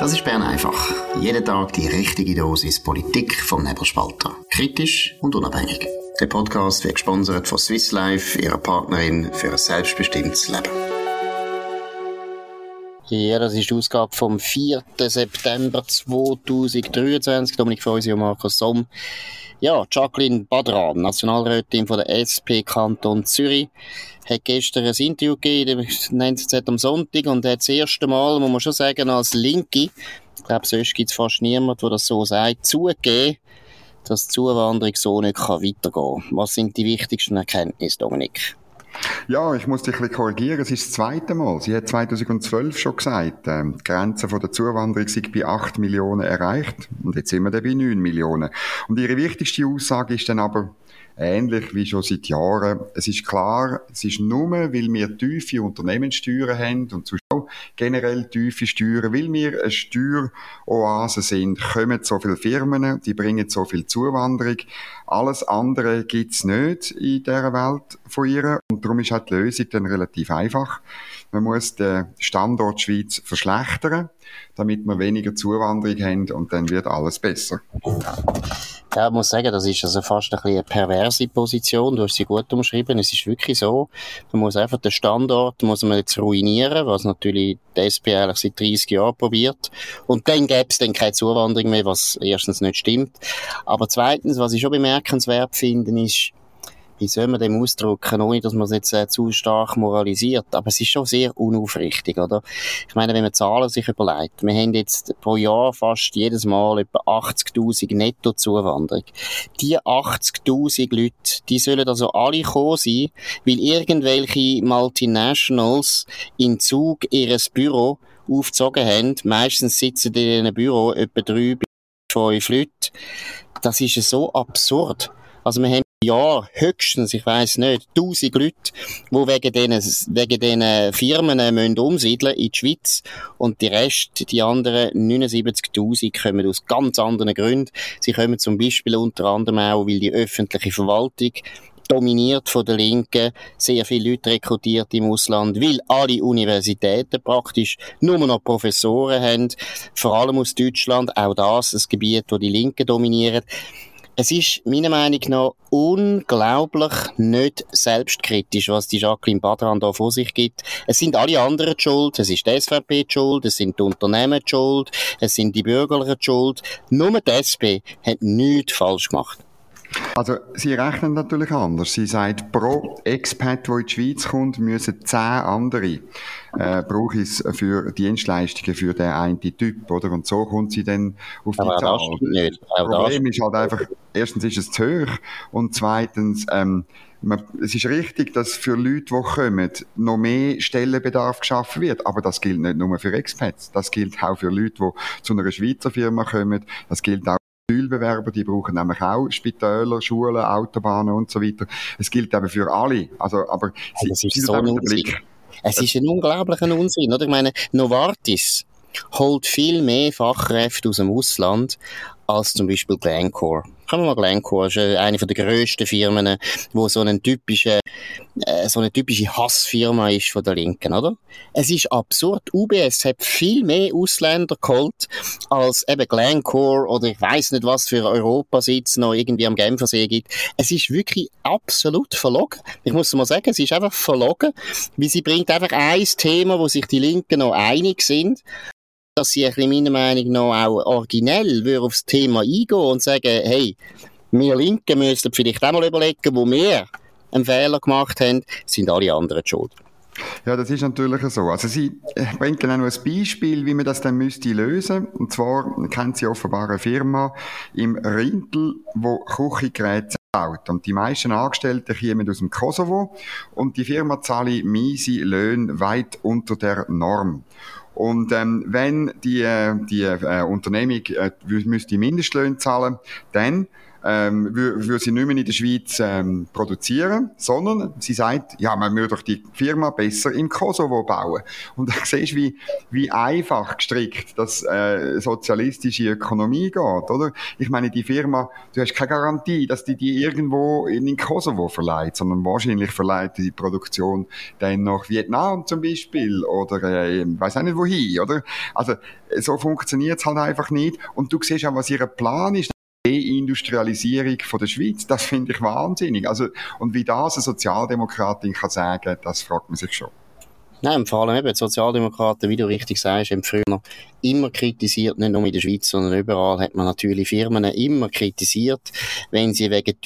Das ist Bern einfach. Jeden Tag die richtige Dosis Politik vom Nebelspalter. Kritisch und unabhängig. Der Podcast wird gesponsert von Swiss Life, ihrer Partnerin für ein selbstbestimmtes Leben. Ja, das ist die Ausgabe vom 4. September 2023. Dominik Feusi und Markus Somm. Ja, Jacqueline Badran, Nationalrätin von der SP Kanton Zürich, hat gestern ein Interview gegeben, das nennt sich am Sonntag, und hat das erste Mal, muss man schon sagen, als Linke, ich glaube, sonst gibt es fast niemanden, der das so sagt, zugegeben, dass die Zuwanderung so nicht weitergehen kann. Was sind die wichtigsten Erkenntnisse, Dominik? Ja, ich muss dich ein bisschen korrigieren. Es ist das zweite Mal. Sie hat 2012 schon gesagt, die Grenze von der Zuwanderung sei bei 8 Millionen erreicht. Und jetzt sind wir dann bei 9 Millionen. Und ihre wichtigste Aussage ist dann aber ähnlich wie schon seit Jahren. Es ist klar, es ist nur, weil wir tiefe Unternehmenssteuern haben und sonst auch generell tiefe Steuern, weil wir eine Steueroase sind, kommen so viele Firmen, die bringen so viel Zuwanderung. Alles andere gibt's nicht in dieser Welt von ihr. Und darum ist auch die Lösung dann relativ einfach. Man muss den Standort Schweiz verschlechtern, damit wir weniger Zuwanderung haben, und dann wird alles besser. Ja, ich muss sagen, das ist also fast ein bisschen eine perverse Position. Du hast sie gut umschrieben. Es ist wirklich so, man muss einfach den Standort jetzt ruinieren, was natürlich die SP eigentlich seit 30 Jahren probiert. Und dann gäbe es dann keine Zuwanderung mehr, was erstens nicht stimmt. Aber zweitens, was ich schon bemerkenswert finde, ist, wie soll man dem ausdrücken, ohne dass man es jetzt zu stark moralisiert. Aber es ist schon sehr unaufrichtig, oder? Ich meine, wenn man Zahlen sich überlegt, wir haben jetzt pro Jahr fast jedes Mal etwa 80'000 Netto-Zuwanderung. Die 80'000 Leute, die sollen also alle kommen sein, weil irgendwelche Multinationals in Zug ihres Büro aufgezogen haben. Meistens sitzen in einem Büro etwa 3 bis 5 Leute. Das ist so absurd. Also wir haben ja höchstens, ich weiss nicht, 1000 Leute, die wegen diesen Firmen müssen umsiedeln in die Schweiz, und die anderen 79'000 kommen aus ganz anderen Gründen. Sie kommen zum Beispiel unter anderem auch, weil die öffentliche Verwaltung dominiert von der Linken, sehr viele Leute rekrutiert im Ausland, weil alle Universitäten praktisch nur noch Professoren haben, vor allem aus Deutschland, auch das ein Gebiet, wo die Linken dominieren. Es ist meiner Meinung nach unglaublich nicht selbstkritisch, was die Jacqueline Badran da vor sich gibt. Es sind alle anderen die schuld, es ist die SVP die schuld, es sind die Unternehmen die schuld, es sind die Bürgerlichen die schuld. Nur die SP hat nichts falsch gemacht. Also, sie rechnen natürlich anders. Sie sagt, pro Expat, der in die Schweiz kommt, müssen 10 andere brauche ich für Dienstleistungen für den einen Typ, oder? Und so kommt sie dann auf die Zahl. Das Problem ist halt einfach, erstens ist es zu hoch, und zweitens, es ist richtig, dass für Leute, die kommen, noch mehr Stellenbedarf geschaffen wird. Aber das gilt nicht nur für Expats. Das gilt auch für Leute, die zu einer Schweizer Firma kommen. Das gilt auch für Asylbewerber, die brauchen nämlich auch Spitäler, Schulen, Autobahnen und so weiter. Es gilt eben für alle. Also, aber es ist so ein Unsinn. Es ist ein unglaublicher Unsinn, oder? Ich meine, Novartis holt viel mehr Fachkräfte aus dem Ausland als zum Beispiel Glencore. Schauen wir mal, Glencore ist eine der grössten Firmen, wo so eine typische Hassfirma ist von der Linken, oder? Es ist absurd. UBS hat viel mehr Ausländer geholt als eben Glencore oder ich weiss nicht, was für Europasitz noch irgendwie am Genfersee gibt. Es ist wirklich absolut verlogen. Ich muss mal sagen, es ist einfach verlogen, weil sie bringt einfach ein Thema, wo sich die Linken noch einig sind, dass sie ein bisschen meiner Meinung nach auch originell auf das Thema eingehen und sagen, hey, wir Linken müssen vielleicht auch mal überlegen, wo wir einen Fehler gemacht haben, sind alle anderen schuld. Ja, das ist natürlich so. Also sie bringt dann auch noch ein Beispiel, wie man das dann müsste lösen. Und zwar kennt sie offenbar eine Firma im Rintel, die Küchengeräte baut. Und die meisten Angestellten kommen aus dem Kosovo, und die Firma zahlt miese Löhne weit unter der Norm. Und wenn die Unternehmung müsste Mindestlöhne zahlen, dann würde sie nicht mehr in der Schweiz produzieren, sondern sie sagt, ja, man würde doch die Firma besser im Kosovo bauen. Und da siehst du, wie einfach gestrickt das sozialistische Ökonomie geht, oder? Ich meine, die Firma, du hast keine Garantie, dass die irgendwo in den Kosovo verleiht, sondern wahrscheinlich verleiht die Produktion dann nach Vietnam zum Beispiel oder weiß auch nicht wohin, oder? Also so funktioniert es halt einfach nicht. Und du siehst auch, was ihr Plan ist. Deindustrialisierung von der Schweiz, das finde ich wahnsinnig. Also, und wie das eine Sozialdemokratin kann sagen, das fragt man sich schon. Nein, vor allem eben die Sozialdemokraten, wie du richtig sagst, haben früher noch immer kritisiert, nicht nur in der Schweiz, sondern überall hat man natürlich Firmen immer kritisiert, wenn sie wegen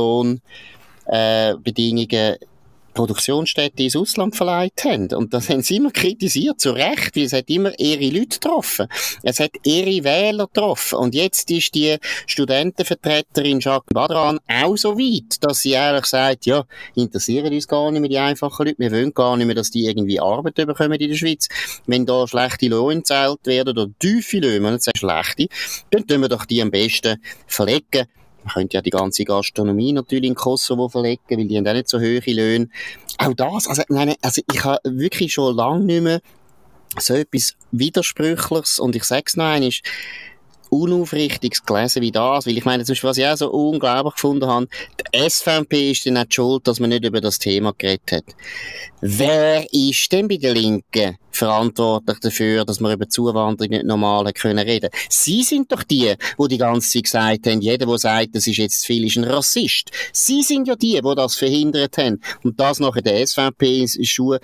Tieflohnbedingungen Produktionsstätten ins Ausland verleiht haben. Und das haben sie immer kritisiert, zu Recht, weil es hat immer ihre Leute getroffen. Es hat ihre Wähler getroffen. Und jetzt ist die Studentenvertreterin Jacqueline Badran auch so weit, dass sie eigentlich sagt, ja, interessieren uns gar nicht mehr die einfachen Leute, wir wollen gar nicht mehr, dass die irgendwie Arbeit bekommen in der Schweiz. Wenn da schlechte Löhne gezahlt werden oder tiefe Löhne, man nicht sagt schlechte, dann tun wir doch die am besten verlegen. Man könnte ja die ganze Gastronomie natürlich in Kosovo verlegen, weil die haben auch nicht so hohe Löhne. Auch das, also ich habe wirklich schon lange nicht mehr so etwas Widersprüchliches, und ich sage es noch einmal, Unaufrichtiges gelesen wie das, weil ich meine, zum Beispiel, was ich auch so unglaublich gefunden habe, die SVP ist dann auch die schuld, dass man nicht über das Thema geredet hat. Wer ist denn bei der Linken verantwortlich dafür, dass wir über Zuwanderung nicht normal reden können? Sie sind doch die ganze Zeit gesagt haben, jeder, der sagt, das ist jetzt zu viel, ist ein Rassist. Sie sind ja die das verhindert haben. Und das nachher der SVP in die Schuhe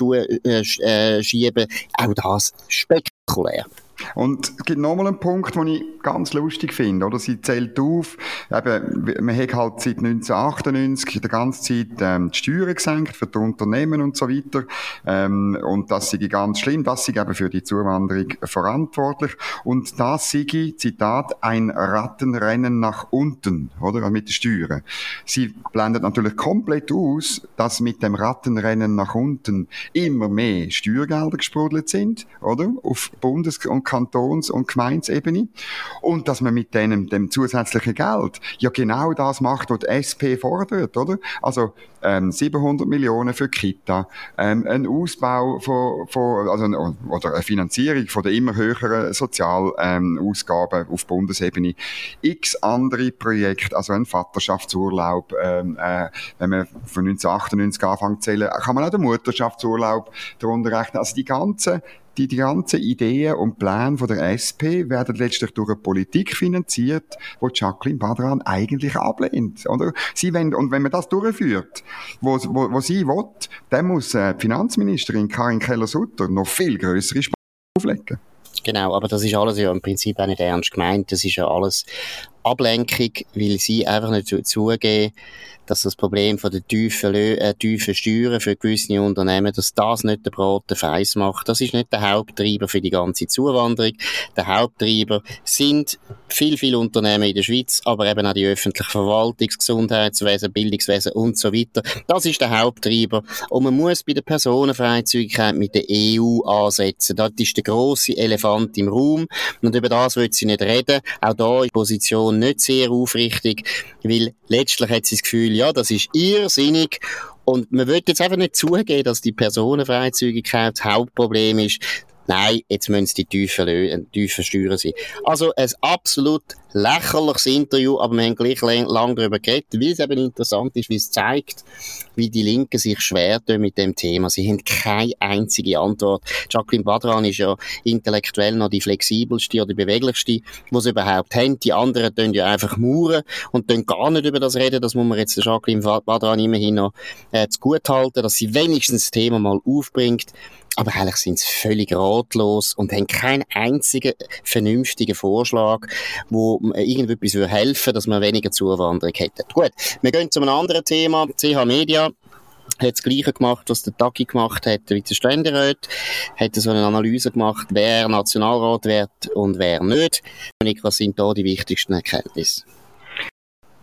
schieben, auch das spektakulär. Und es gibt nochmal einen Punkt, den ich ganz lustig finde, oder? Sie zählt auf, eben, man hat halt seit 1998 die ganze Zeit die Steuern gesenkt für die Unternehmen und so weiter. Und das sei ganz schlimm, das sei eben für die Zuwanderung verantwortlich. Und das sei, Zitat, ein Rattenrennen nach unten, oder? Mit den Steuern. Sie blendet natürlich komplett aus, dass mit dem Rattenrennen nach unten immer mehr Steuergelder gesprudelt sind, oder? Auf Bundes- und Kantons- und Gemeindeebene. Und dass man mit dem zusätzlichen Geld ja genau das macht, was die SP fordert, oder? Also, 700 Millionen für Kita, ein Ausbau oder eine Finanzierung von der immer höheren Sozialausgaben auf Bundesebene, x andere Projekte, also ein Vaterschaftsurlaub, wenn man von 1998 anfängt zu zählen, kann man auch den Mutterschaftsurlaub darunter rechnen. Also die ganzen Ideen und Pläne von der SP werden letztlich durch eine Politik finanziert, die Jacqueline Badran eigentlich ablehnt, oder? Und wenn man das durchführt, wo sie will, dann muss die Finanzministerin Karin Keller-Sutter noch viel grössere Spanne auflegen. Genau, aber das ist alles ja im Prinzip auch nicht ernst gemeint. Das ist ja alles Ablenkung, weil sie einfach nicht zugeben, dass das Problem von den tiefen Steuern für gewisse Unternehmen, dass das nicht den Braten feiss macht. Das ist nicht der Haupttreiber für die ganze Zuwanderung. Der Haupttreiber sind viele Unternehmen in der Schweiz, aber eben auch die öffentliche Verwaltung, das Gesundheitswesen, Bildungswesen und so weiter. Das ist der Haupttreiber. Und man muss bei der Personenfreizügigkeit mit der EU ansetzen. Das ist der grosse Elefant im Raum. Und über das will sie nicht reden. Auch da ist die Position nicht sehr aufrichtig, weil letztlich hat sie das Gefühl, ja, das ist irrsinnig. Und man will jetzt einfach nicht zugeben, dass die Personenfreizügigkeit das Hauptproblem ist. Nein, jetzt müssen es die tiefen Steuern sein. Also ein absolut lächerliches Interview, aber wir haben gleich lang darüber geredet, weil es eben interessant ist, wie es zeigt, wie die Linken sich schwer tun mit dem Thema. Sie haben keine einzige Antwort. Jacqueline Badran ist ja intellektuell noch die flexibelste oder die beweglichste, die sie überhaupt haben. Die anderen tun ja einfach mauern und tun gar nicht über das reden. Das muss man jetzt der Jacqueline Badran immerhin noch zugute halten, dass sie wenigstens das Thema mal aufbringt. Aber eigentlich sind sie völlig ratlos und haben keinen einzigen vernünftigen Vorschlag, wo irgendetwas helfen würde, dass man weniger Zuwanderung hätte. Gut, wir gehen zu einem anderen Thema. CH Media hat das Gleiche gemacht, was der Tagi gemacht hat, wie der Ständerat. Hat so eine Analyse gemacht, wer Nationalrat wird und wer nicht. Was sind da die wichtigsten Erkenntnisse?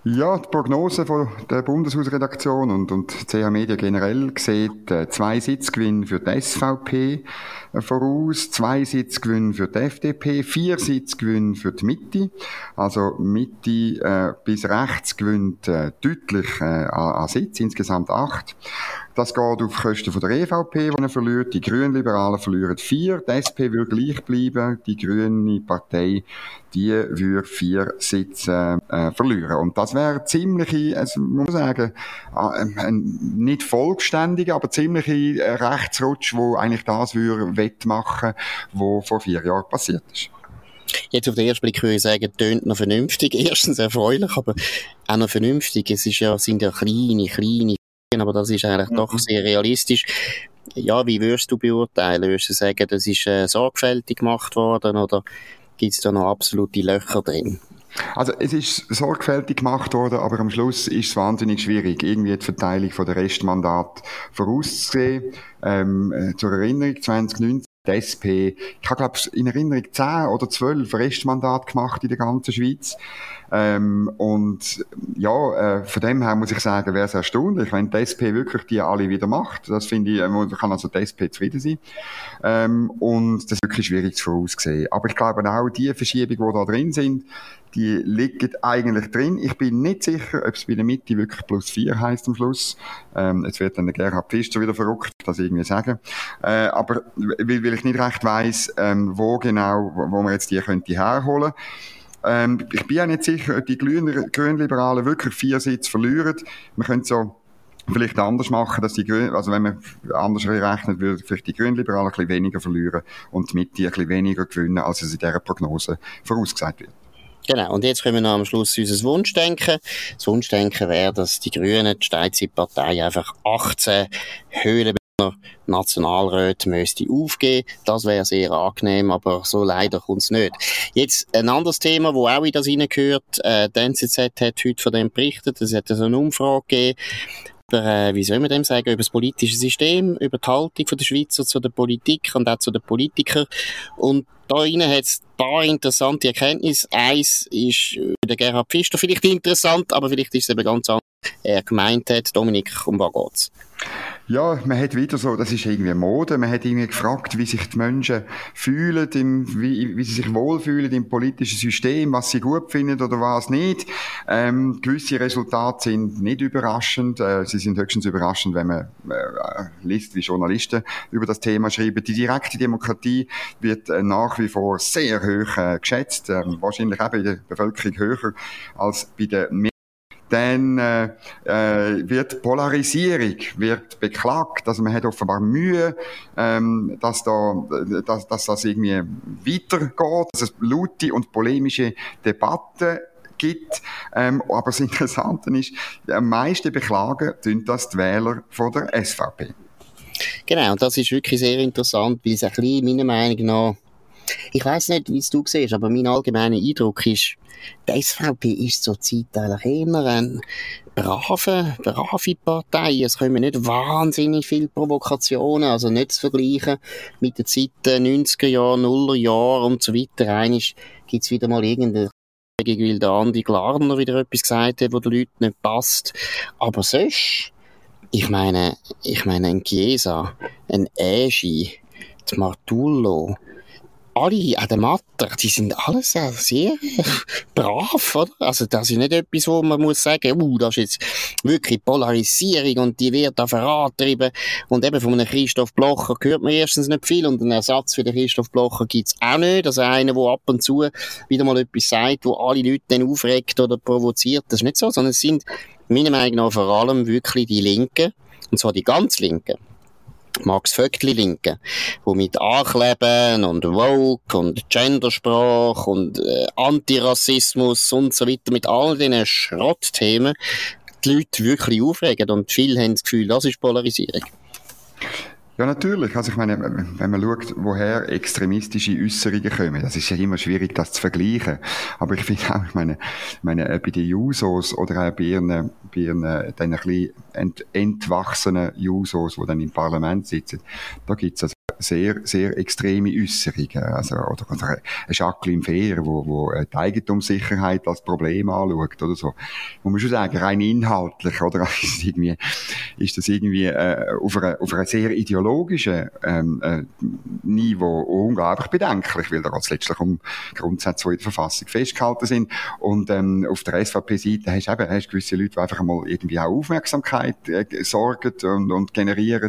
Ja, die Prognose von der Bundeshausredaktion und CH Media generell sieht 2 Sitzgewinne für die SVP voraus, 2 Sitzgewinne für die FDP, 4 Sitzgewinne für die Mitte. Also Mitte bis rechts gewinnt deutlich an Sitz, insgesamt 8. Das geht auf Kosten von der EVP, die er verliert. Die Grünliberalen verlieren 4. Die SP würde gleich bleiben. Die Grüne Partei, die würde 4 Sitze verlieren. Und das wäre ziemliche, also muss man sagen, nicht vollständiger, aber ziemliche Rechtsrutsch, wo eigentlich das würde wettmachen, was vor 4 Jahren passiert ist. Jetzt auf den ersten Blick würde ich sagen, tönt noch vernünftig. Erstens erfreulich, aber auch noch vernünftig. Es sind ja kleine, aber das ist eigentlich doch sehr realistisch. Ja, wie würdest du beurteilen? Würdest du sagen, das ist sorgfältig gemacht worden oder gibt es da noch absolute Löcher drin? Also es ist sorgfältig gemacht worden, aber am Schluss ist es wahnsinnig schwierig, irgendwie die Verteilung der Restmandate vorauszusehen. Zur Erinnerung, 2019 die SP, ich habe, glaube ich, in Erinnerung 10 oder 12 Restmandate gemacht in der ganzen Schweiz. Und ja, von dem her muss ich sagen, wäre es erstaunlich, wenn die SP wirklich die alle wieder macht. Das finde ich, kann also die SP zufrieden sein. Und das ist wirklich schwierig zu voraussehen. Aber ich glaube auch, die Verschiebungen, die da drin sind, die liegen eigentlich drin. Ich bin nicht sicher, ob es bei der Mitte wirklich +4 heisst am Schluss. Jetzt wird dann der Gerhard Pfister wieder verrückt, das irgendwie sagen. Aber weil ich nicht recht weiss, wo man jetzt die könnte herholen. Ich bin auch nicht sicher, ob die Grünliberalen wirklich 4 Sitze verlieren. Man könnte so vielleicht anders machen, dass also wenn man anders rechnet, würde vielleicht die Grünliberalen ein bisschen weniger verlieren und die Mitte ein bisschen weniger gewinnen, als es in dieser Prognose vorausgesagt wird. Genau, und jetzt können wir noch am Schluss unser Wunschdenken. Das Wunschdenken wäre, dass die Grünen, die Steinzeitpartei, einfach 18 Höhlenberner Nationalräte müsste aufgeben. Das wäre sehr angenehm, aber so leider kommt es nicht. Jetzt ein anderes Thema, wo auch in das hineingehört. Die NZZ hat heute von dem berichtet. Es hat so eine Umfrage gegeben. Wie soll man dem sagen, über das politische System, über die Haltung von der Schweizer zu der Politik und auch zu den Politikern. Und da rein hat es ein paar interessante Erkenntnisse. Eins ist der Gerhard Pfister vielleicht interessant, aber vielleicht ist es eben ganz anders, er gemeint hat. Dominik, um was geht's? Ja, man hat wieder so, das ist irgendwie Mode, man hat irgendwie gefragt, wie sich die Menschen fühlen, wie sie sich wohlfühlen im politischen System, was sie gut finden oder was nicht. Gewisse Resultate sind nicht überraschend, sie sind höchstens überraschend, wenn man liest, wie Journalisten über das Thema schreiben. Die direkte Demokratie wird nach wie vor sehr hoch geschätzt, wahrscheinlich auch bei der Bevölkerung höher als bei der dann wird Polarisierung wird beklagt, also man hat offenbar Mühe, dass das irgendwie weitergeht, dass es laute und polemische Debatten gibt. Aber das Interessante ist, am meisten beklagen tun das die Wähler von der SVP. Genau, und das ist wirklich sehr interessant, weil es ein bisschen, meiner Meinung nach, ich weiss nicht, wie es du siehst, aber mein allgemeiner Eindruck ist, die SVP ist zurzeit eigentlich eher eine brave Partei. Es kommen nicht wahnsinnig viele Provokationen, also nicht zu vergleichen mit den Zeiten 90er Jahre, 0er Jahre und so weiter. Einmal gibt's wieder mal irgendeine, weil der Andi Glarner wieder etwas gesagt hat, wo den Leuten nicht passt. Aber sonst, ich meine, ein Chiesa, ein Eschi, die Martullo, alle an der Matter, die sind alles sehr brav, oder? Also das ist nicht etwas, wo man muss sagen, das ist jetzt wirklich Polarisierung und die wird da vorantrieben. Und eben von einem Christoph Blocher hört man erstens nicht viel und einen Ersatz für den Christoph Blocher gibt's auch nicht. Also einer, der ab und zu wieder mal etwas sagt, wo alle Leute dann aufregt oder provoziert. Das ist nicht so, sondern es sind meiner Meinung nach vor allem wirklich die Linken, und zwar die ganz Linken. Max Vögtli-Linken, die mit Ankleben und Woke und Gendersprache und Antirassismus und so weiter, mit all diesen Schrottthemen die Leute wirklich aufregen und viele haben das Gefühl, das ist Polarisierung. Ja, natürlich. Also ich meine, wenn man schaut, woher extremistische Äußerungen kommen, das ist ja immer schwierig, das zu vergleichen. Aber ich finde auch, ich meine, bei den Jusos oder auch bei ihren dann ein bisschen entwachsenen Jusos, die dann im Parlament sitzen, da gibt's also sehr, sehr extreme Äußerungen. Also, oder eine Jacqueline Fehr, wo die Eigentumssicherheit als Problem anschaut, oder so. Muss man schon sagen, rein inhaltlich, oder? Ist das irgendwie, auf einer sehr ideologischen, Niveau unglaublich bedenklich, weil da geht es letztlich um Grundsätze, die in der Verfassung festgehalten sind. Und auf der SVP-Seite hast du gewisse Leute, die einfach mal irgendwie auch Aufmerksamkeit sorgen und generieren,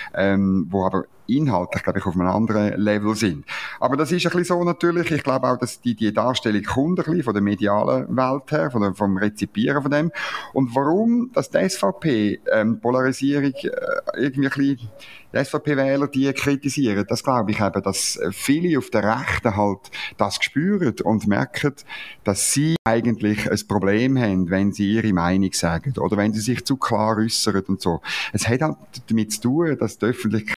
wo aber inhaltlich, glaube ich, auf einem anderen Level sind. Aber das ist ein bisschen so natürlich. Ich glaube auch, dass die Darstellung kommt ein bisschen von der medialen Welt her, vom Rezipieren von dem. Und warum, dass die SVP, Polarisierung, irgendwie ein bisschen, die SVP-Wähler, die kritisieren, das glaube ich eben, dass viele auf der Rechten halt das spüren und merken, dass sie eigentlich ein Problem haben, wenn sie ihre Meinung sagen oder wenn sie sich zu klar äußern und so. Es hat halt damit zu tun, dass die Öffentlichkeit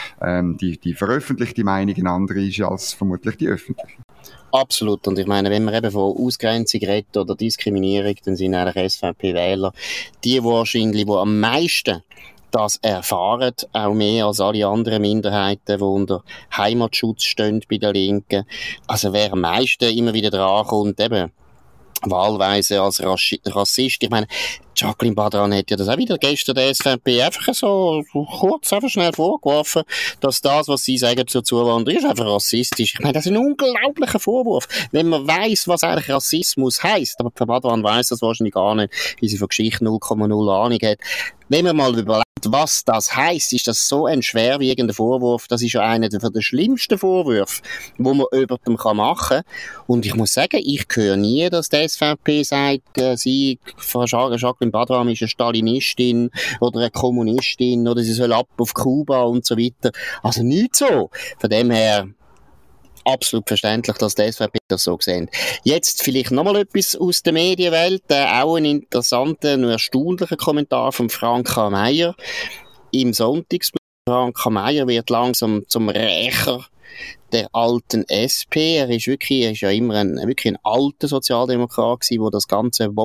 die veröffentlichte Meinung eine andere ist als vermutlich die öffentliche. Absolut. Und ich meine, wenn man eben von Ausgrenzung redet oder Diskriminierung, dann sind eigentlich SVP-Wähler die wahrscheinlich, die am meisten das erfahren, auch mehr als alle anderen Minderheiten, die unter Heimatschutz stehen bei der Linken. Also wer am meisten immer wieder dran kommt, eben wahlweise als Rassist. Ich meine, Jacqueline Badran hat ja das auch wieder gestern der SVP einfach so kurz, einfach schnell vorgeworfen, dass das, was sie sagen zur Zuwanderung, ist einfach rassistisch. Ich meine, das ist ein unglaublicher Vorwurf. Wenn man weiss, was eigentlich Rassismus heisst, aber Frau Badran weiss das wahrscheinlich gar nicht, weil sie von Geschichte 0,0 Ahnung hat. Wenn man mal überlegt, was das heisst, ist das so ein schwerwiegender Vorwurf. Das ist ja einer der schlimmsten Vorwürfe, wo man jemandem machen kann. Und ich muss sagen, ich höre nie, dass die SVP sagt, sie, Jacqueline Badran ist eine Stalinistin oder eine Kommunistin oder sie soll ab auf Kuba und so weiter. Also nicht so. Von dem her absolut verständlich, dass die SVP das so sehen. Jetzt vielleicht nochmal etwas aus der Medienwelt. Auch ein interessanter, nur erstaunlicher Kommentar von Frank K. Meyer im Sonntagsblatt. Frank K. Meyer wird langsam zum Rächer der alten SP. Er ist ja immer wirklich ein alter Sozialdemokrat gewesen, der das ganze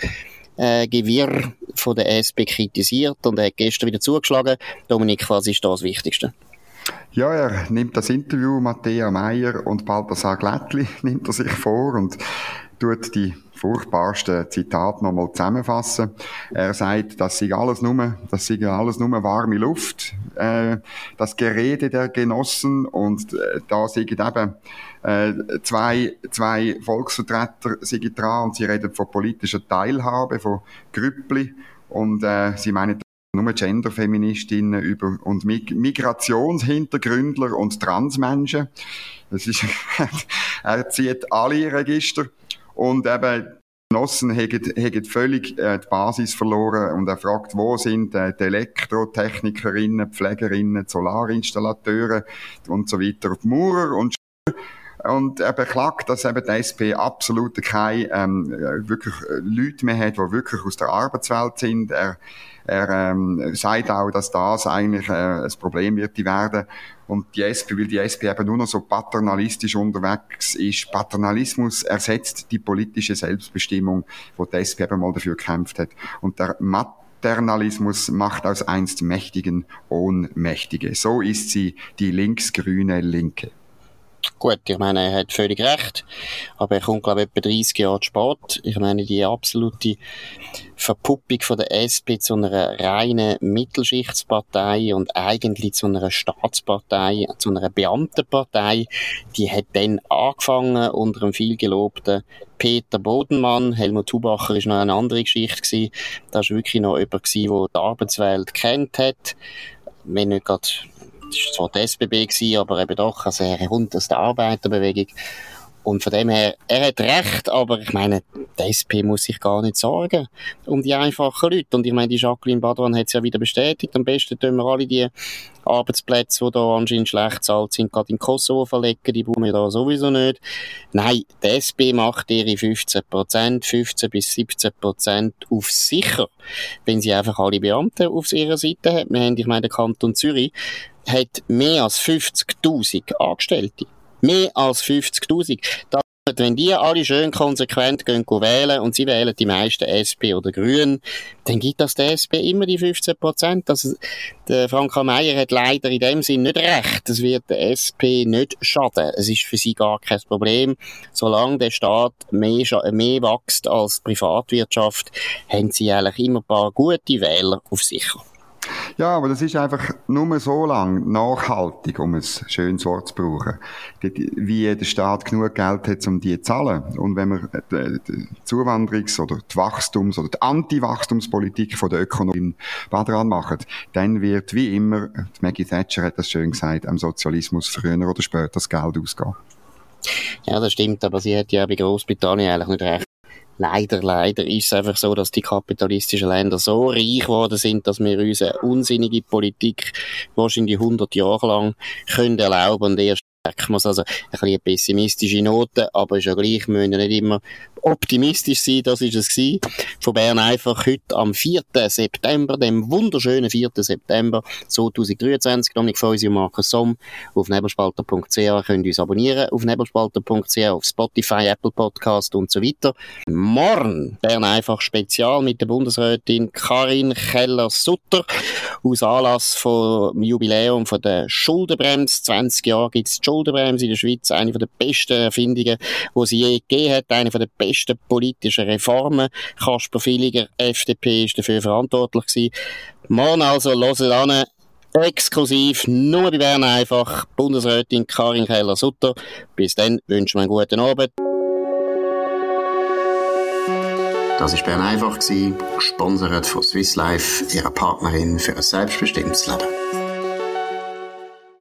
Gewirr von der SP kritisiert, und er hat gestern wieder zugeschlagen. Dominik, was ist da das Wichtigste? Ja, er nimmt das Interview, Matthäa Meier und Balthasar Glättli nimmt er sich vor und tut die furchtbarsten Zitate nochmal zusammenfassen. Er sagt, das sei alles nur warme Luft, das Gerede der Genossen, und da sind eben zwei Volksvertreter sind dran und sie reden von politischer Teilhabe, von Grüppli, und sie meinen nur Genderfeministinnen und Migrationshintergründler und Transmenschen. Das ist, er zieht alle Register. Und eben, die Genossen haben völlig die Basis verloren, und er fragt, wo sind die Elektrotechnikerinnen, Pflegerinnen, Solarinstallateure und so weiter, die Maurer und er beklagt, dass eben die SP absolut keine wirklich Leute mehr hat, die wirklich aus der Arbeitswelt sind. Er sagt auch, dass das eigentlich ein Problem wird werden. Und weil die SP eben nur noch so paternalistisch unterwegs ist. Paternalismus ersetzt die politische Selbstbestimmung, wo die SP eben mal dafür gekämpft hat. Und der Maternalismus macht aus einst Mächtigen Ohnmächtige. So ist sie, die linksgrüne Linke. Gut, ich meine, er hat völlig recht, aber er kommt, glaube ich, etwa 30 Jahre zu spät. Ich meine, die absolute Verpuppung von der SP zu einer reinen Mittelschichtspartei und eigentlich zu einer Staatspartei, zu einer Beamtenpartei, die hat dann angefangen unter einem vielgelobten Peter Bodenmann. Helmut Hubacher ist noch eine andere Geschichte gewesen. Das war wirklich noch jemand gewesen, der die Arbeitswelt kennt hat. Wenn nicht gerade, das war zwar die SBB gewesen, aber eben doch, also er kommt aus der Arbeiterbewegung. Und von dem her, er hat recht, aber ich meine, die SP muss sich gar nicht sorgen um die einfachen Leute. Und ich meine, die Jacqueline Badran hat es ja wieder bestätigt. Am besten tun wir alle die Arbeitsplätze, die da anscheinend schlecht bezahlt sind, gerade in Kosovo verlegen, die brauchen wir da sowieso nicht. Nein, die SP macht ihre 15%, 15-17% auf sicher, wenn sie einfach alle Beamten auf ihrer Seite hat. Wir haben, ich meine, der Kanton Zürich hat mehr als 50.000 Angestellte. Mehr als 50.000. Das Wenn die alle schön konsequent gehen wählen und sie wählen die meisten SP oder Grünen, dann gibt das der SP immer die 15%. Also, der Franka Meier hat leider in dem Sinn nicht recht. Das wird der SP nicht schaden. Es ist für sie gar kein Problem. Solange der Staat mehr wächst als die Privatwirtschaft, haben sie eigentlich immer ein paar gute Wähler auf sicher. Ja, aber das ist einfach nur so lang nachhaltig, um ein schönes Wort zu brauchen, wie der Staat genug Geld hat, um die zu zahlen. Und wenn wir die Zuwanderungs- oder die Wachstums- oder die Anti-Wachstumspolitik von der Ökonomie dran machen, dann wird wie immer, Maggie Thatcher hat das schön gesagt, am Sozialismus früher oder später das Geld ausgehen. Ja, das stimmt, aber sie hat ja bei Großbritannien eigentlich nicht recht. Leider ist es einfach so, dass die kapitalistischen Länder so reich geworden sind, dass wir uns eine unsinnige Politik wahrscheinlich 100 Jahre lang können erlauben und erst merken wir es, also ein bisschen eine pessimistische Note, aber ist ja gleich, wir müssen ja nicht immer optimistisch sein, das ist es gewesen. Von Bern einfach heute am 4. September, dem wunderschönen 4. September 2023, Dominik Feusi und Markus Somm auf nebelspalter.ch, könnt ihr uns abonnieren auf nebelspalter.ch, auf Spotify, Apple Podcast und so weiter. Morgen Bern einfach Spezial mit der Bundesrätin Karin Keller-Sutter aus Anlass vom Jubiläum von der Schuldenbremse. 20 Jahre gibt es die Schuldenbremse in der Schweiz, eine der besten Erfindungen, die sie je gegeben hat, eine der besten politischen Reformen. Kasper Villiger, FDP, ist dafür verantwortlich gewesen. Morgen also, hört an, exklusiv, nur bei Bern einfach, Bundesrätin Karin Keller-Sutter. Bis dann wünschen wir einen guten Abend. Das war Bern einfach, gesponsert von Swiss Life, ihrer Partnerin für ein selbstbestimmtes Leben.